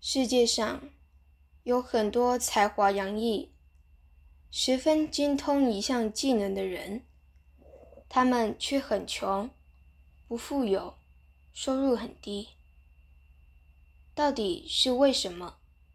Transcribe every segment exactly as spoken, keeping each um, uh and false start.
世界上有很多才华洋溢、十分精通一项技能的人，他们却很穷，不富有，收入很低。到底是为什么？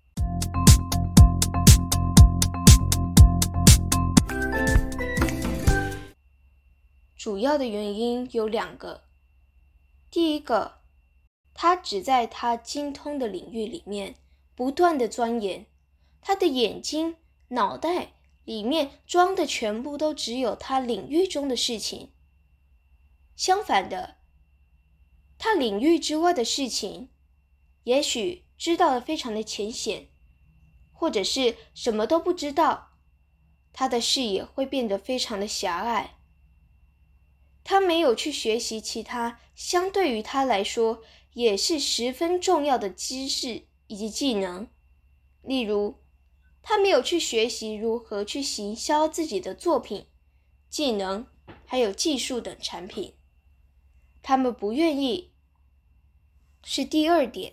主要的原因有两个。第一个，他只在他精通的领域里面不断的钻研，他的眼睛、脑袋里面装的全部都只有他领域中的事情。相反的，他领域之外的事情，也许知道的非常的浅显，或者是什么都不知道，他的视野会变得非常的狭隘。他没有去学习其他相对于他来说也是十分重要的知识以及技能，例如他没有去学习如何去行销自己的作品、技能还有技术等产品。他们不愿意是第二点。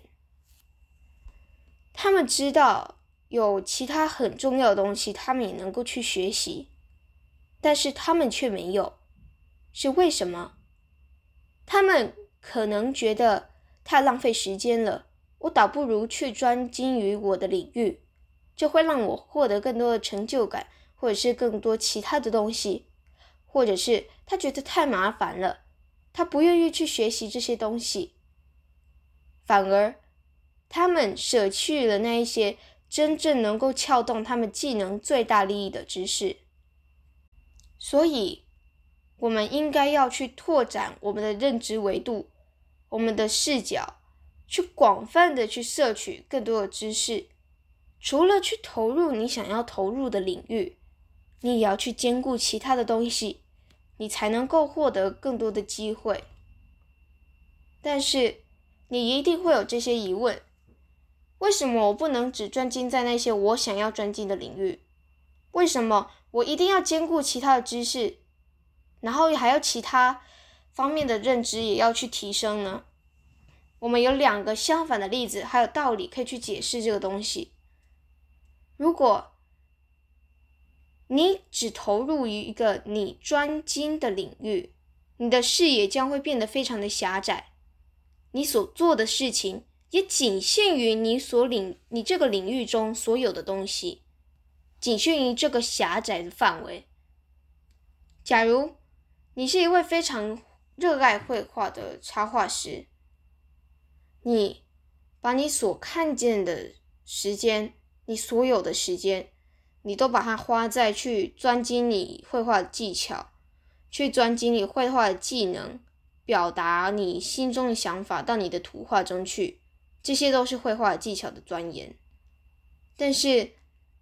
他们知道有其他很重要的东西他们也能够去学习，但是他们却没有。是为什么？他们可能觉得太浪费时间了，我倒不如去专精于我的领域，这会让我获得更多的成就感，或者是更多其他的东西，或者是他觉得太麻烦了，他不愿意去学习这些东西，反而他们舍去了那一些真正能够撬动他们技能最大利益的知识。所以我们应该要去拓展我们的认知维度，我们的视角，去广泛的去摄取更多的知识。除了去投入你想要投入的领域，你也要去兼顾其他的东西，你才能够获得更多的机会。但是你一定会有这些疑问，为什么我不能只专精在那些我想要专精的领域？为什么我一定要兼顾其他的知识，然后还有其他方面的认知也要去提升呢？我们有两个相反的例子还有道理可以去解释这个东西。如果你只投入于一个你专精的领域，你的视野将会变得非常的狭窄，你所做的事情也仅限于你所领你这个领域中所有的东西，仅限于这个狭窄的范围。假如你是一位非常热爱绘画的插画师，你把你所看见的时间，你所有的时间，你都把它花在去专精你绘画的技巧，去专精你绘画的技能，表达你心中的想法到你的图画中去，这些都是绘画技巧的钻研。但是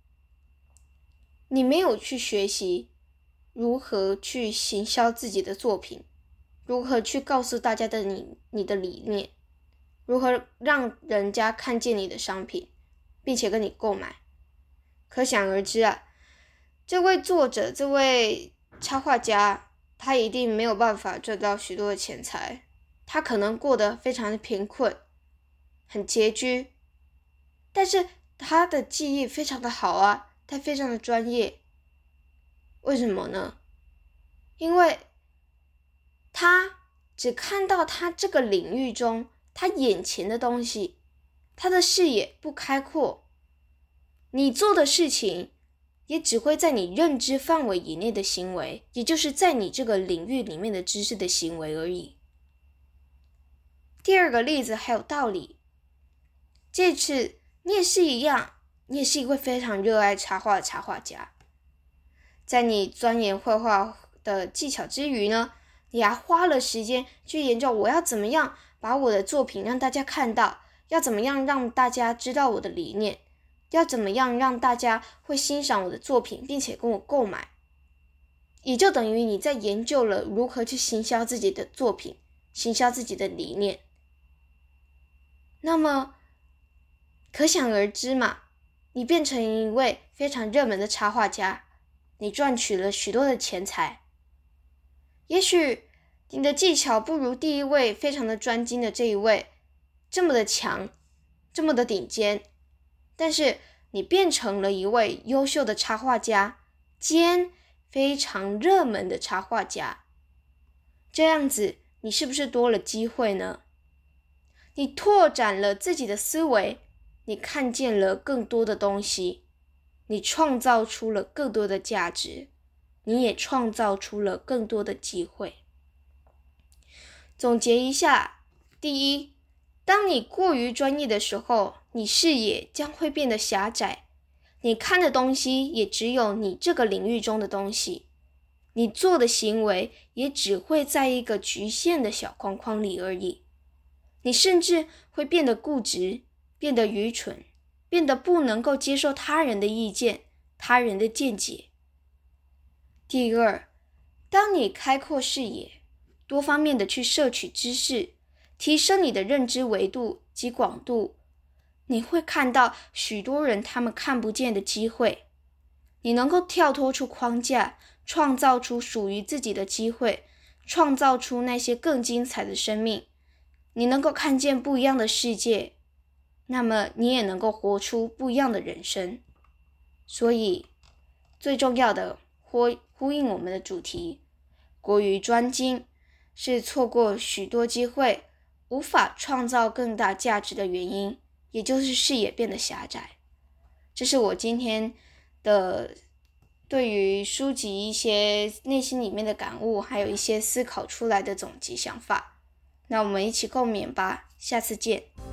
你没有去学习如何去行销自己的作品，如何去告诉大家的你你的理念，如何让人家看见你的商品并且跟你购买。可想而知啊，这位作者，这位插画家，他一定没有办法赚到许多的钱财，他可能过得非常的贫困，很拮据，但是他的技艺非常的好啊，他非常的专业。为什么呢？因为他只看到他这个领域中他眼前的东西，他的视野不开阔，你做的事情也只会在你认知范围以内的行为，也就是在你这个领域里面的知识的行为而已。第二个例子还有道理，这次你也是一样，你也是一位非常热爱插画的插画家，在你钻研绘画的技巧之余呢，你还花了时间去研究我要怎么样把我的作品让大家看到，要怎么样让大家知道我的理念，要怎么样让大家会欣赏我的作品并且跟我购买，也就等于你在研究了如何去行销自己的作品，行销自己的理念。那么可想而知嘛，你变成一位非常热门的插画家，你赚取了许多的钱财。也许你的技巧不如第一位非常的专精的这一位这么的强， 这么的顶尖，但是你变成了一位优秀的插画家，兼非常热门的插画家。这样子，你是不是多了机会呢？你拓展了自己的思维，你看见了更多的东西，你创造出了更多的价值，你也创造出了更多的机会。总结一下，第一，当你过于专业的时候，你视野将会变得狭窄，你看的东西也只有你这个领域中的东西，你做的行为也只会在一个局限的小框框里而已。你甚至会变得固执，变得愚蠢，变得不能够接受他人的意见，他人的见解。第二，当你开阔视野，多方面的去摄取知识，提升你的认知维度及广度，你会看到许多人他们看不见的机会，你能够跳脱出框架，创造出属于自己的机会，创造出那些更精彩的生命，你能够看见不一样的世界，那么你也能够活出不一样的人生。所以最重要的呼呼应我们的主题，过于专精是错过许多机会，无法创造更大价值的原因，也就是视野变得狭窄。这是我今天的对于书籍一些内心里面的感悟，还有一些思考出来的总结想法。那我们一起共勉吧，下次见。